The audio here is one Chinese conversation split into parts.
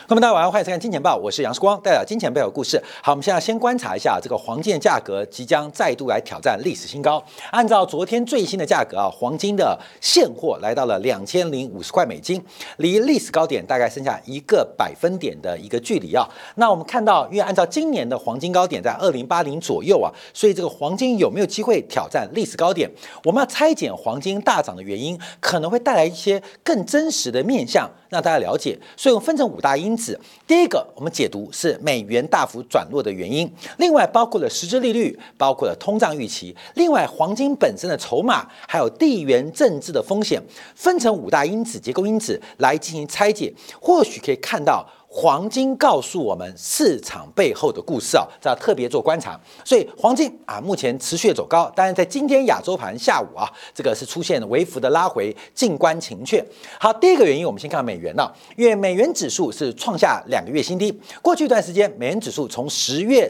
各位大家晚上好，欢迎收看《金钱报》，我是杨世光，带来金钱背后故事。好，我们现在先观察一下这个黄金的价格即将再度来挑战历史新高。按照昨天最新的价格黄金的现货来到了2050块美金，离历史高点大概剩下1个百分点的一个距离啊。那我们看到，因为按照今年的黄金高点在2080左右所以这个黄金有没有机会挑战历史高点？我们要拆解黄金大涨的原因，可能会带来一些更真实的面向，让大家了解。所以我们分成5大因子。第一个，我们解读是美元大幅转弱的原因，另外包括了实质利率，包括了通胀预期，另外黄金本身的筹码，还有地缘政治的风险，分成5大因子、结构因子来进行拆解，或许可以看到黄金告诉我们市场背后的故事这要特别做观察。所以黄金目前持续的走高，当然在今天亚洲盘下午这个是出现微幅的拉回，静观情却。好，第一个原因我们先看美元因为美元指数是创下2个月新低。过去一段时间，美元指数从10月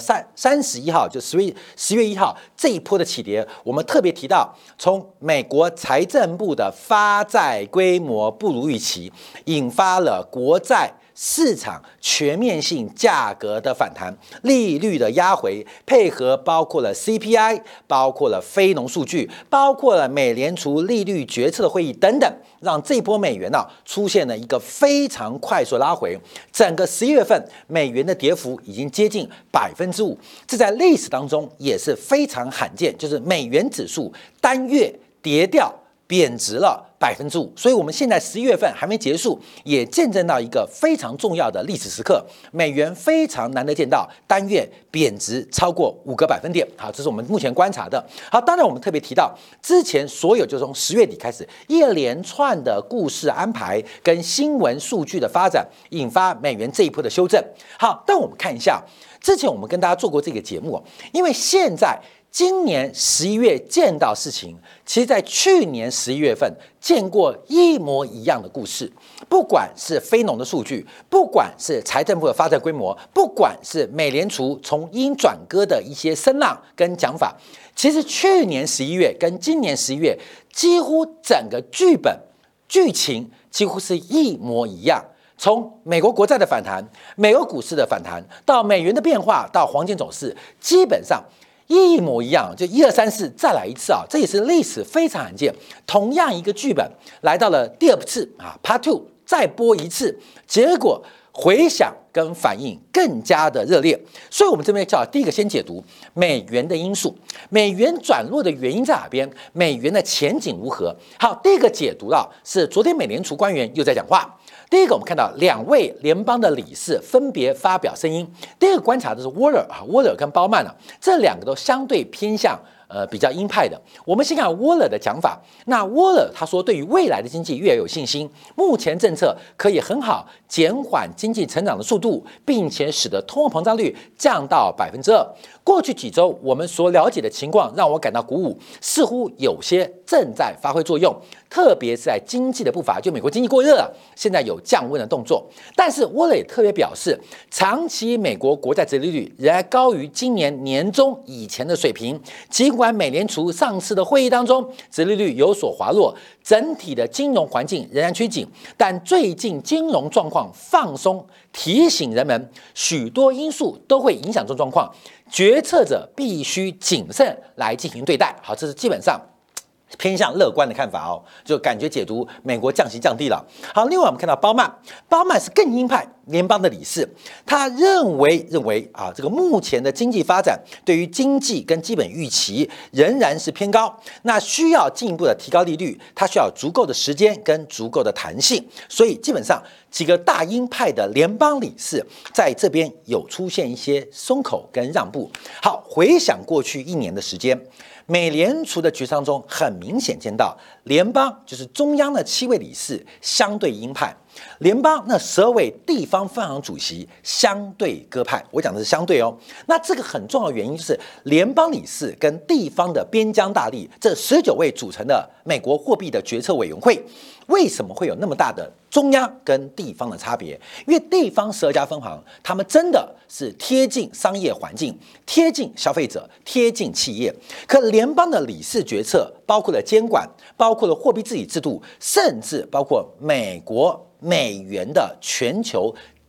31号就10月1号这一波的起跌，我们特别提到，从美国财政部的发债规模不如预期，引发了国债市场全面性价格的反弹，利率的压回，配合包括了 CPI， 包括了非农数据，包括了美联储利率决策的会议等等，让这波美元出现了一个非常快速拉回。整个11月份美元的跌幅已经接近5%，这在历史当中也是非常罕见，就是美元指数单月跌掉贬值了5%，所以我们现在11月份还没结束，也见证到一个非常重要的历史时刻，美元非常难得见到单月贬值超过5个百分点。好，这是我们目前观察的。好，当然我们特别提到之前所有就从10月底开始一连串的故事安排跟新闻数据的发展，引发美元这一波的修正。好，但我们看一下之前我们跟大家做过这个节目，因为现在今年11月见到事情，其实在去年11月份见过一模一样的故事，不管是非农的数据，不管是财政部的发债规模，不管是美联储从鹰转鸽的一些声浪跟讲法，其实去年11月跟今年11月几乎整个剧情几乎是一模一样。从美国国债的反弹，美国股市的反弹，到美元的变化，到黄金走势，基本上一模一样，就1、2、3、4再来一次这也是历史非常罕见。同样一个剧本来到了第2次Part 2，再播一次，结果回响跟反应更加的热烈。所以我们这边第一个先解读美元的因素，美元转弱的原因在哪边？美元的前景如何？好，第一个解读是昨天美联储官员又在讲话。第一个，我们看到2位联邦的理事分别发表声音。第二个观察的是沃勒跟鲍曼这2个都相对偏向比较鹰派的。我们先看沃勒的讲法。那沃勒他说，对于未来的经济越来越有信心，目前政策可以很好减缓经济成长的速度，并且使得通货膨胀率降到2%。过去几周我们所了解的情况让我感到鼓舞，似乎有些正在发挥作用，特别是在经济的步伐，就美国经济过热了，现在有降温的动作。但是沃勒也特别表示，长期美国国债殖利率仍然高于今年年中以前的水平，尽管美联储上次的会议当中殖利率有所滑落，整体的金融环境仍然趋紧，但最近金融状况放松，提醒人们许多因素都会影响这种状况，决策者必须谨慎来进行对待。好，这是基本上偏向乐观的看法就感觉解读美国降息降低了。好，另外我们看到鲍曼是更鹰派联邦的理事，他认为这个目前的经济发展对于经济跟基本预期仍然是偏高，那需要进一步的提高利率，它需要足够的时间跟足够的弹性。所以基本上几个大鹰派的联邦理事在这边有出现一些松口跟让步。好，回想过去1年的时间，美联储的决策中很明显见到联邦就是中央的7位理事相对鹰派，联邦那12位地方分行主席相对鸽派。我讲的是相对那这个很重要的原因就是联邦理事跟地方的边疆大吏这19位组成的美国货币的决策委员会，为什么会有那么大的中央跟地方的差别？因为地方12家分行，他们真的是贴近商业环境，贴近消费者，贴近企业。可联邦的理事决策，包括了监管，包括了货币治理制度，甚至包括美元的全球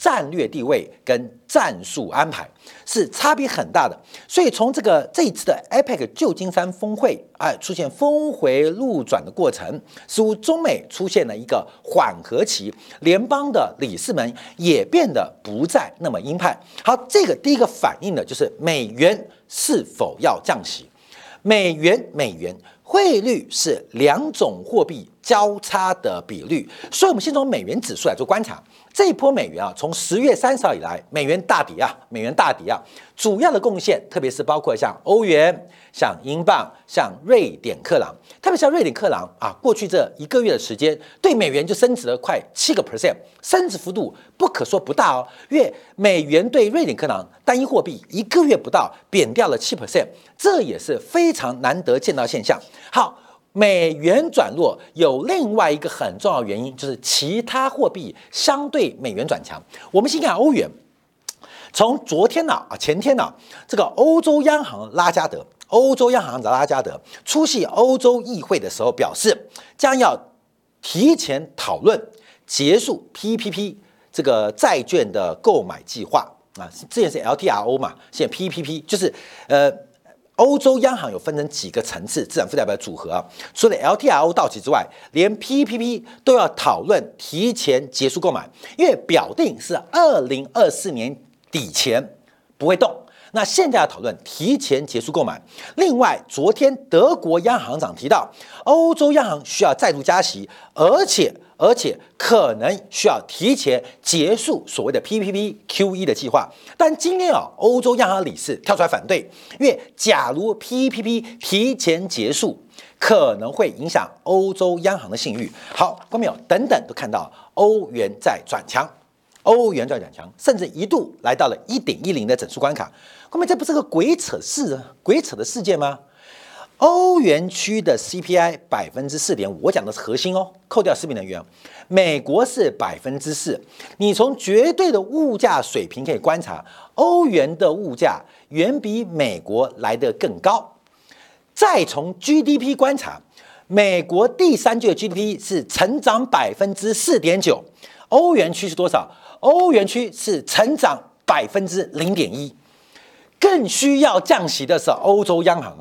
战略地位跟战术安排是差别很大的。所以从这一次的 APEC 旧金山峰会出现峰回路转的过程，似乎中美出现了一个缓和期，联邦的理事们也变得不再那么鹰派。好，这个第一个反映的就是美元是否要降息。美元汇率是两种货币交叉的比率，所以我们先从美元指数来做观察。这一波美元从10月30号以来，美元大跌啊，主要的贡献，特别是包括像欧元、像英镑、像瑞典克朗，特别像瑞典克朗过去这1个月的时间，对美元就升值了快7%，升值幅度不可说不大哦。因为美元对瑞典克朗单一货币1个月不到贬掉了7%，这也是非常难得见到现象。好。美元转弱有另外一个很重要的原因，就是其他货币相对美元转强。我们先看欧元，从昨天前天这个欧洲央行拉加德出席欧洲议会的时候表示，将要提前讨论结束 PPP 这个债券的购买计划之前是 LTRO 嘛，现在 PPP 就是欧洲央行有分成几个层次资产负债表组合除了 LTRO 到期之外，连 PPP 都要讨论提前结束购买，因为表定是2024年底前不会动。那现在要讨论提前结束购买。另外，昨天德国央行长提到，欧洲央行需要再度加息，而且可能需要提前结束所谓的 PPP QE 的计划。但今天欧洲央行理事跳出来反对，因为假如 PPP 提前结束，可能会影响欧洲央行的信誉。好，观众朋友等等都看到欧元在转强，甚至一度来到了1.10的整数关卡。观众朋友，这不是个鬼扯的事件吗？欧元区的 CPI 4.5%，我讲的是核心扣掉食品能源。美国是4%，你从绝对的物价水平可以观察，欧元的物价远比美国来得更高。再从 GDP 观察，美国第3季的 GDP 是成长4.9%，欧元区是多少？欧元区是成长0.1%，更需要降息的是欧洲央行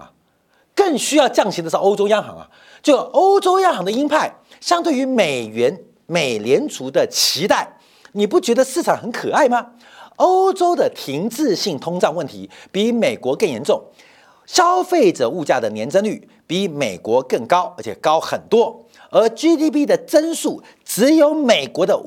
就欧洲央行的鹰派，相对于美联储的期待，你不觉得市场很可爱吗？欧洲的停滞性通胀问题比美国更严重，消费者物价的年增率比美国更高，而且高很多，而 GDP 的增速只有美国的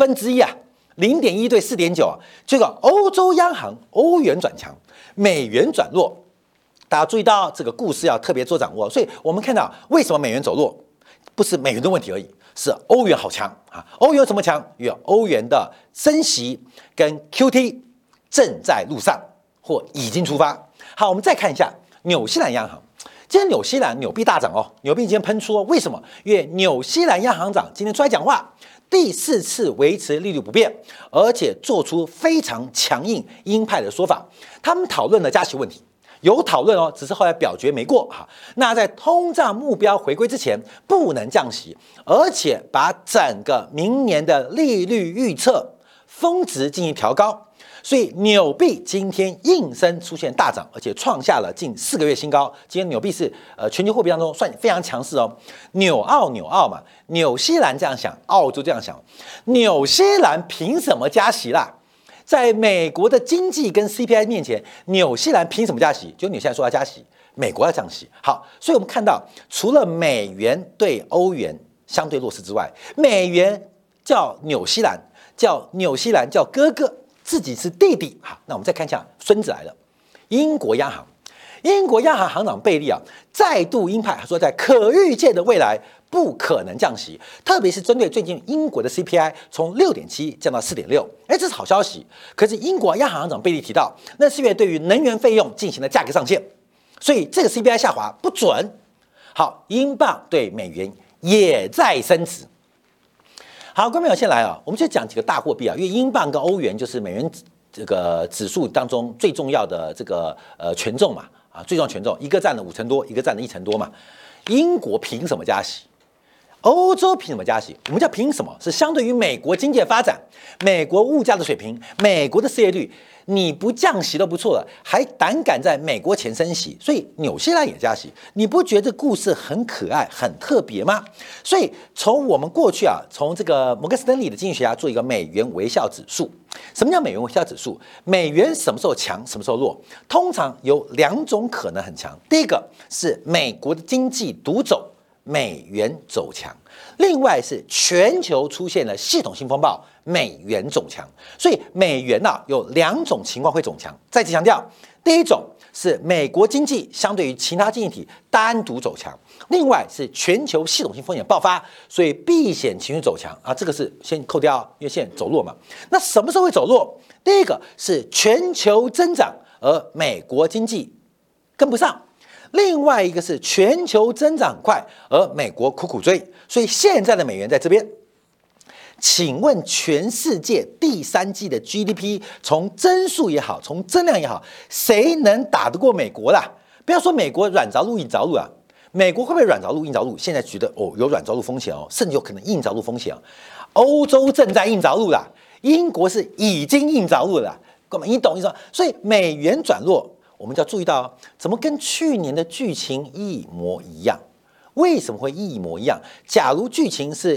1/50，0.1对4.9结果欧洲央行欧元转强，美元转弱。大家注意到这个故事要特别做掌握，所以我们看到为什么美元走弱，不是美元的问题而已，是欧元好强欧元怎么强？因为欧元的升息跟 QT 正在路上或已经出发。好，我们再看一下纽西兰央行。今天纽西兰纽币大涨纽币今天喷出为什么？因为纽西兰央行长今天出来讲话，第4次维持利率不变，而且做出非常强硬鹰派的说法。他们讨论了加息问题。有讨论只是后来表决没过那在通胀目标回归之前，不能降息，而且把整个明年的利率预测峰值进行调高。所以纽币今天应声出现大涨，而且创下了近4个月新高。今天纽币是全球货币当中算非常强势纽澳嘛，纽西兰这样想，澳洲这样想，纽西兰凭什么加息啦？在美国的经济跟 CPI 面前，纽西兰凭什么加息？就纽西兰说要加息，美国要降息。好，所以我们看到，除了美元对欧元相对弱势之外，美元叫纽西兰叫哥哥，自己是弟弟。好，那我们再看一下孙子来了，英国央行行长贝利再度鹰派，说在可预见的未来不可能降息，特别是针对最近英国的 CPI 从6.7降到4.6，这是好消息。可是英国央行行长贝利提到，那是因为对于能源费用进行了价格上限，所以这个 CPI 下滑不准。好，英镑对美元也在升值。好，观众朋友先来我们就讲几个大货币因为英镑跟欧元就是美元这个指数当中最重要的这个权重嘛最重要权重，一个占了5成多，一个占了1成多嘛。英国凭什么加息？ 欧洲凭什么加息？我们叫凭什么？是相对于美国经济的发展、美国物价的水平、美国的失业率，你不降息都不错了，还胆敢在美国前升息，所以纽西兰也加息，你不觉得这故事很可爱、很特别吗？所以从我们过去从这个摩根斯丹利的经济学家做一个美元微笑指数。什么叫美元微笑指数？美元什么时候强，什么时候弱？通常有2种可能很强，第一个是美国的经济独走，美元走强，另外是全球出现了系统性风暴，美元走强。所以美元有2种情况会走强。再次强调，第一种是美国经济相对于其他经济体单独走强，另外是全球系统性风险爆发，所以避险情绪走强这个是先扣掉，因为现在走弱嘛。那什么时候会走弱？第一个是全球增长而美国经济跟不上。另外一个是全球增长快，而美国苦苦追，所以现在的美元在这边。请问全世界第3季的 GDP 从增速也好，从增量也好，谁能打得过美国啦？不要说美国软着陆硬着陆美国会不会软着陆硬着陆？现在觉得有软着陆风险甚至有可能硬着陆风险欧洲正在硬着陆啦，英国是已经硬着陆了，你懂意思吗？所以美元转弱。我们就要注意到怎么跟去年的剧情一模一样？为什么会一模一样？假如剧情是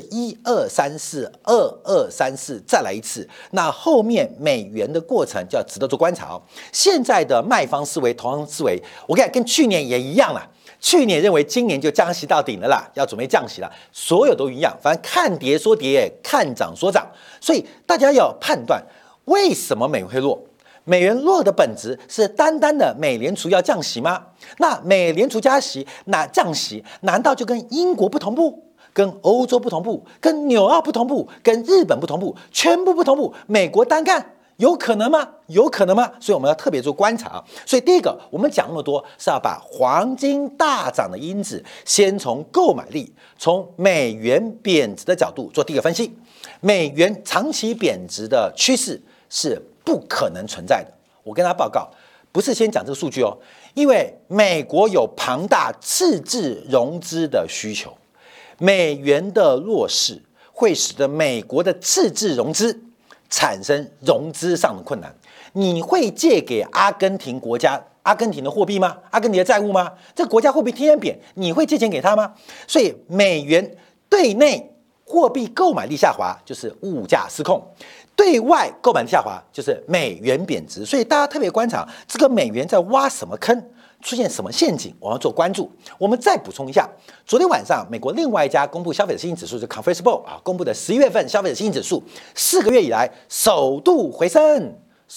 12342234再来一次，那后面美元的过程就要值得做观察现在的卖方思维、投行思维，我跟去年也一样啦。去年认为今年就降息到顶了啦，要准备降息了，所有都一样，反正看跌说跌，看涨说涨。所以大家要判断为什么美元会弱。美元弱的本质是单单的美联储要降息吗？那美联储加息，降息难道就跟英国不同步，跟欧洲不同步，跟纽澳不同步，跟日本不同步，全部不同步？美国单干有可能吗？有可能吗？所以我们要特别做观察所以第一个，我们讲那么多是要把黄金大涨的因子，先从购买力、从美元贬值的角度做第一个分析。美元长期贬值的趋势是不可能存在的。我跟大家报告，不是先讲这个数据因为美国有庞大赤字融资的需求，美元的弱势会使得美国的赤字融资产生融资上的困难。你会借给阿根廷国家阿根廷的货币吗？阿根廷的债务吗？这个国家货币天天贬，你会借钱给他吗？所以美元对内货币购买力下滑，就是物价失控。对外购买力下滑，就是美元贬值。所以大家特别观察这个美元在挖什么坑，出现什么陷阱，我要做关注。我们再补充一下，昨天晚上美国另外一家公布消费者信心指数，是 Conference Board 公布的11月份消费者信心指数，4个月以来首度回升，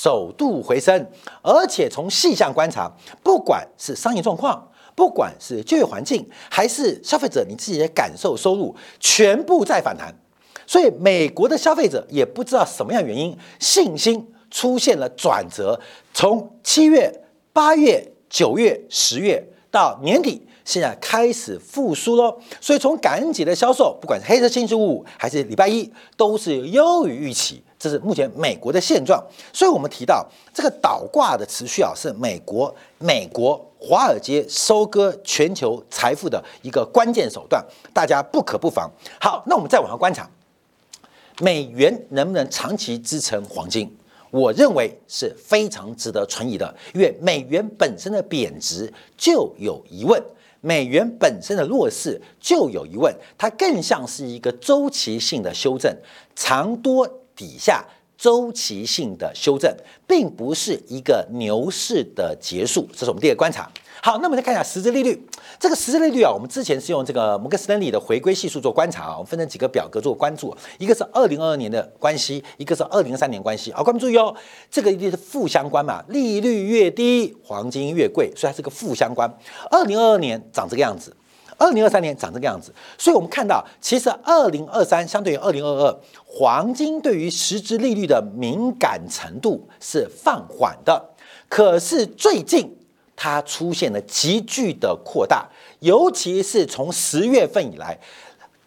而且从细项观察，不管是商业状况，不管是就业环境，还是消费者你自己的感受收入，全部在反弹。所以美国的消费者也不知道什么样原因，信心出现了转折，从7月、8月、9月、10月到年底，现在开始复苏咯。所以从感恩节的销售，不管是黑色星期五还是礼拜一，都是优于预期，这是目前美国的现状。所以我们提到这个倒挂的持续是美国华尔街收割全球财富的一个关键手段，大家不可不防。好，那我们再往下观察，美元能不能长期支撑黄金？我认为是非常值得存疑的，因为美元本身的贬值就有疑问，美元本身的弱势就有疑问，它更像是一个周期性的修正，长多底下周期性的修正，并不是一个牛市的结束，这是我们第一个观察。好，那我们再看一下实质利率。这个实质利率我们之前是用这个摩根斯丹利的回归系数做观察我们分成几个表格做关注，一个是2022年的关系，一个是2023年关系。各位注意这个一定是负相关嘛，利率越低，黄金越贵，所以它是个负相关。2022年长这个样子，2023年长这个样子，所以我们看到，其实2023相对于2022，黄金对于实质利率的敏感程度是放缓的。可是最近它出现了急剧的扩大，尤其是从10月份以来，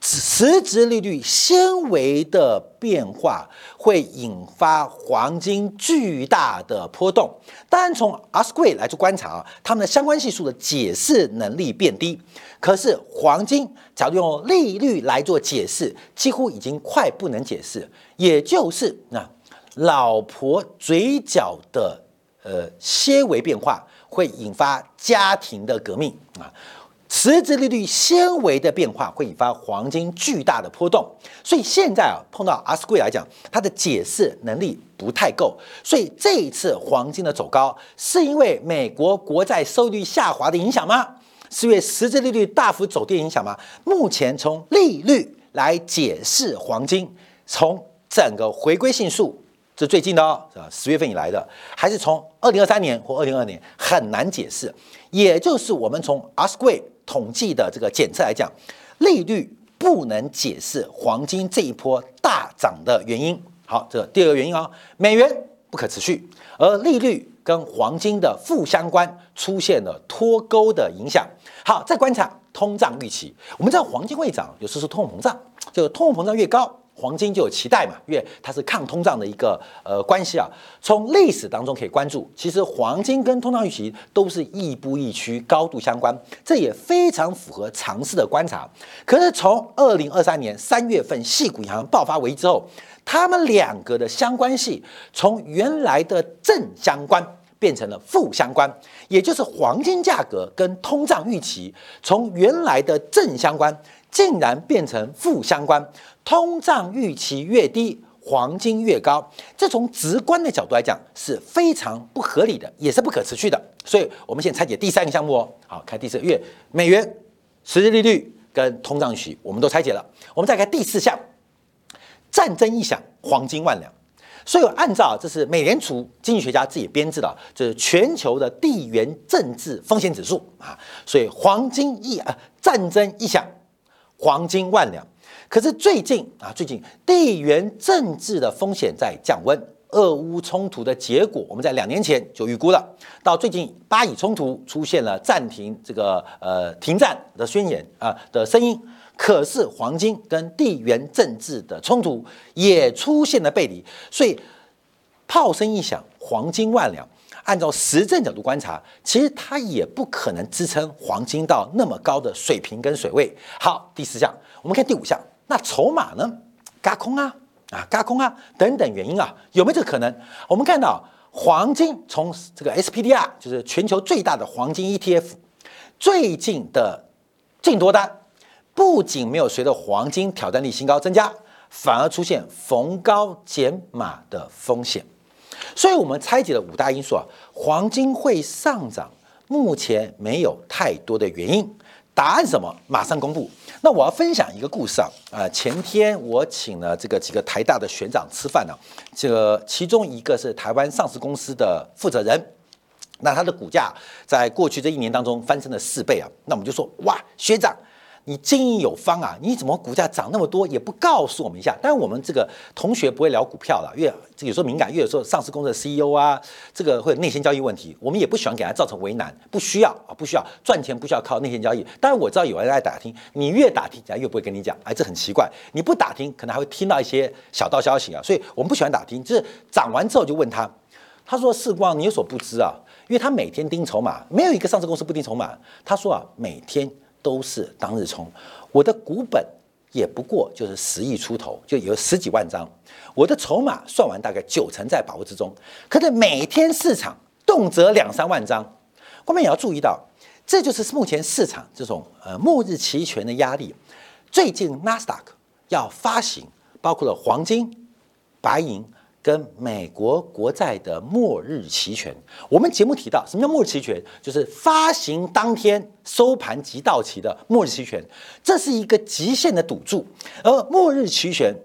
实质利率纤维的变化会引发黄金巨大的波动。当然，从 R-square 来做观察啊，它们的相关系数的解释能力变低。可是黄金，假如用利率来做解释，几乎已经快不能解释。也就是老婆嘴角的些微变化会引发家庭的革命啊。实质利率纤维的变化会引发黄金巨大的波动，所以现在碰到 R-square 来讲，它的解释能力不太够，所以这一次黄金的走高，是因为美国国债收益率下滑的影响吗？是因为实质利率大幅走跌影响吗？目前从利率来解释黄金，从整个回归系数，这最近的10月份以来的，还是从2023年或2022年很难解释。也就是我们从 R-square 统计的这个检测来讲，利率不能解释黄金这一波大涨的原因。好，这第二个原因美元不可持续，而利率跟黄金的负相关出现了脱钩的影响。好，再观察通胀预期，我们知道黄金会涨，有时候是通货膨胀，就通货膨胀越高，黄金就有期待嘛，因为它是抗通胀的一个关系啊。从历史当中可以关注，其实黄金跟通胀预期都是亦步亦趋，高度相关，这也非常符合常识的观察。可是从2023年3月份矽谷银行爆发危机之后，他们两个的相关系从原来的正相关变成了负相关，也就是黄金价格跟通胀预期从原来的正相关竟然变成负相关，通胀预期越低，黄金越高，这从直观的角度来讲是非常不合理的，也是不可持续的。所以我们现在拆解第三个项目好，看第四个，因为美元、实质利率跟通胀预期我们都拆解了，我们再看第四项，战争一响，黄金万两。所以按照这是美联储经济学家自己编制的，这是全球的地缘政治风险指数啊。所以战争一响，黄金万两。可是最近地缘政治的风险在降温，俄乌冲突的结果我们在2年前就预估了，到最近巴以冲突出现了暂停停战的宣言的声音。可是黄金跟地缘政治的冲突也出现了背离，所以炮声一响，黄金万两。按照实证角度观察，其实它也不可能支撑黄金到那么高的水平跟水位。好，第四项，我们看第5项，那筹码呢？轧空等等原因有没有这个可能？我们看到黄金从这个 SPDR 就是全球最大的黄金 ETF 最近的净多单。不仅没有随着黄金挑战力新高增加，反而出现逢高减码的风险。所以我们拆解了5大因素黄金会上涨，目前没有太多的原因。答案是什么？马上公布。那我要分享一个故事前天我请了几个台大的学长吃饭其中一个是台湾上市公司的负责人。那他的股价在过去这1年当中翻身了4倍那我们就说，哇，学长，你经营有方你怎么股价涨那么多也不告诉我们一下？当然我们这个同学不会聊股票了，因为有时候敏感，因为有时候上市公司的 CEO 这个会有内线交易问题，我们也不喜欢给他造成为难，不需要赚钱，不需要靠内线交易。当然我知道有人在打听，你越打听，人家越不会跟你讲，这很奇怪。你不打听，可能还会听到一些小道消息所以我们不喜欢打听，就是涨完之后就问他，他说世光你有所不知因为他每天盯筹码，没有一个上市公司不盯筹码。他说每天都是当日冲，我的股本也不过就是10亿出头，就有10几万张，我的筹码算完大概90%在把握之中。可是每天市场动辄2-3万张，观众也要注意到，这就是目前市场这种末日期权的压力。最近 NASDAQ 要发行包括了黄金、白银跟美国国债的末日期权。我们节目提到，什么叫末日期权？就是发行当天收盘即到期的末日期权，这是一个极限的赌注。而末日期权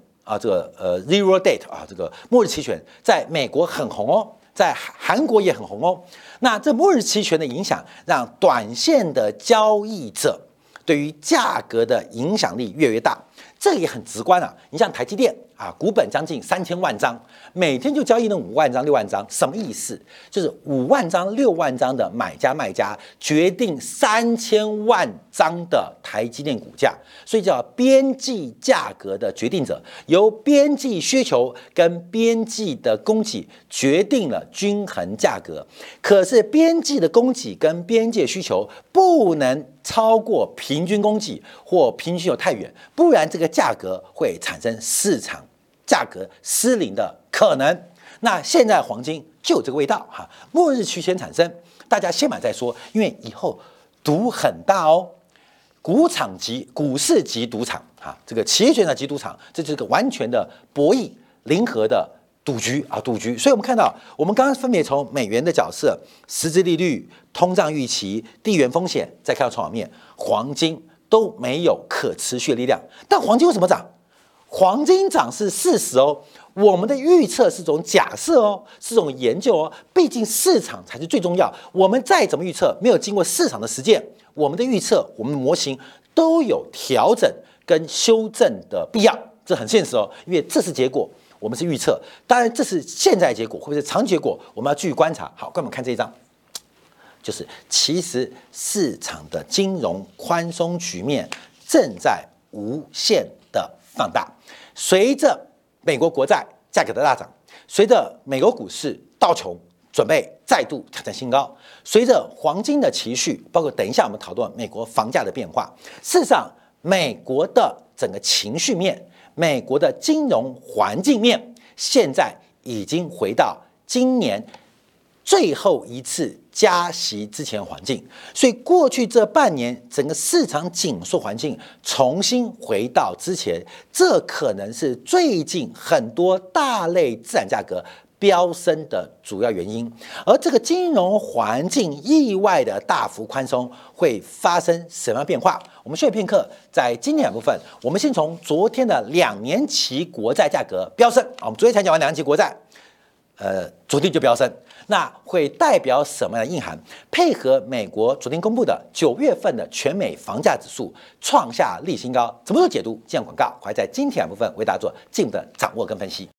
zero date 这个末日期权在美国很红在韩国也很红那这末日期权的影响，让短线的交易者对于价格的影响力越来越大。 这个也很直观啊。你像台积电啊，股本将近3000万张，每天就交易那5万张、6万张，什么意思？就是5万张、6万张的买家卖家决定3000万张的台积电股价，所以叫边际价格的决定者，由边际需求跟边际的供给决定了均衡价格。可是边际的供给跟边际的需求不能超过平均供给或平均需求太远，不然这个价格会产生市场价格失灵的可能。那现在黄金就有这个味道哈，末日区先产生，大家先买再说，因为以后赌很大哦。股市级赌场啊，这个企业选择级赌场，这就是个完全的博弈零和的赌局。所以我们看到，我们刚刚分别从美元的角色、实质利率、通胀预期、地缘风险，再看到筹码面，黄金都没有可持续的力量。但黄金为什么涨？黄金涨是事实哦，我们的预测是种假设哦，是种研究哦，毕竟市场才是最重要。我们再怎么预测，没有经过市场的实践，我们的预测、我们的模型都有调整跟修正的必要，这很现实哦，因为这是结果，我们是预测，当然这是现在结果，会不会是长结果，我们要继续观察。好，观众看这一张。就是其实市场的金融宽松局面正在无限的放大，随着美国国债价格的大涨，随着美国股市道琼准备再度挑战新高，随着黄金的期续，包括等一下我们讨论美国房价的变化，事实上美国的整个情绪面、美国的金融环境面，现在已经回到今年最后一次加息之前的环境，所以过去这半年整个市场紧缩环境重新回到之前，这可能是最近很多大类资产价格飙升的主要原因。而这个金融环境意外的大幅宽松会发生什么样的变化？我们休息片刻，在今天的部分，我们先从昨天的2年期国债价格飙升，我们昨天才讲完2年期国债。昨天就飙升，那会代表什么样的意涵？配合美国昨天公布的9月份的全美房价指数创下历史新高，怎么做解读？这样广告，还在今天的部分为大家做进一步的掌握跟分析。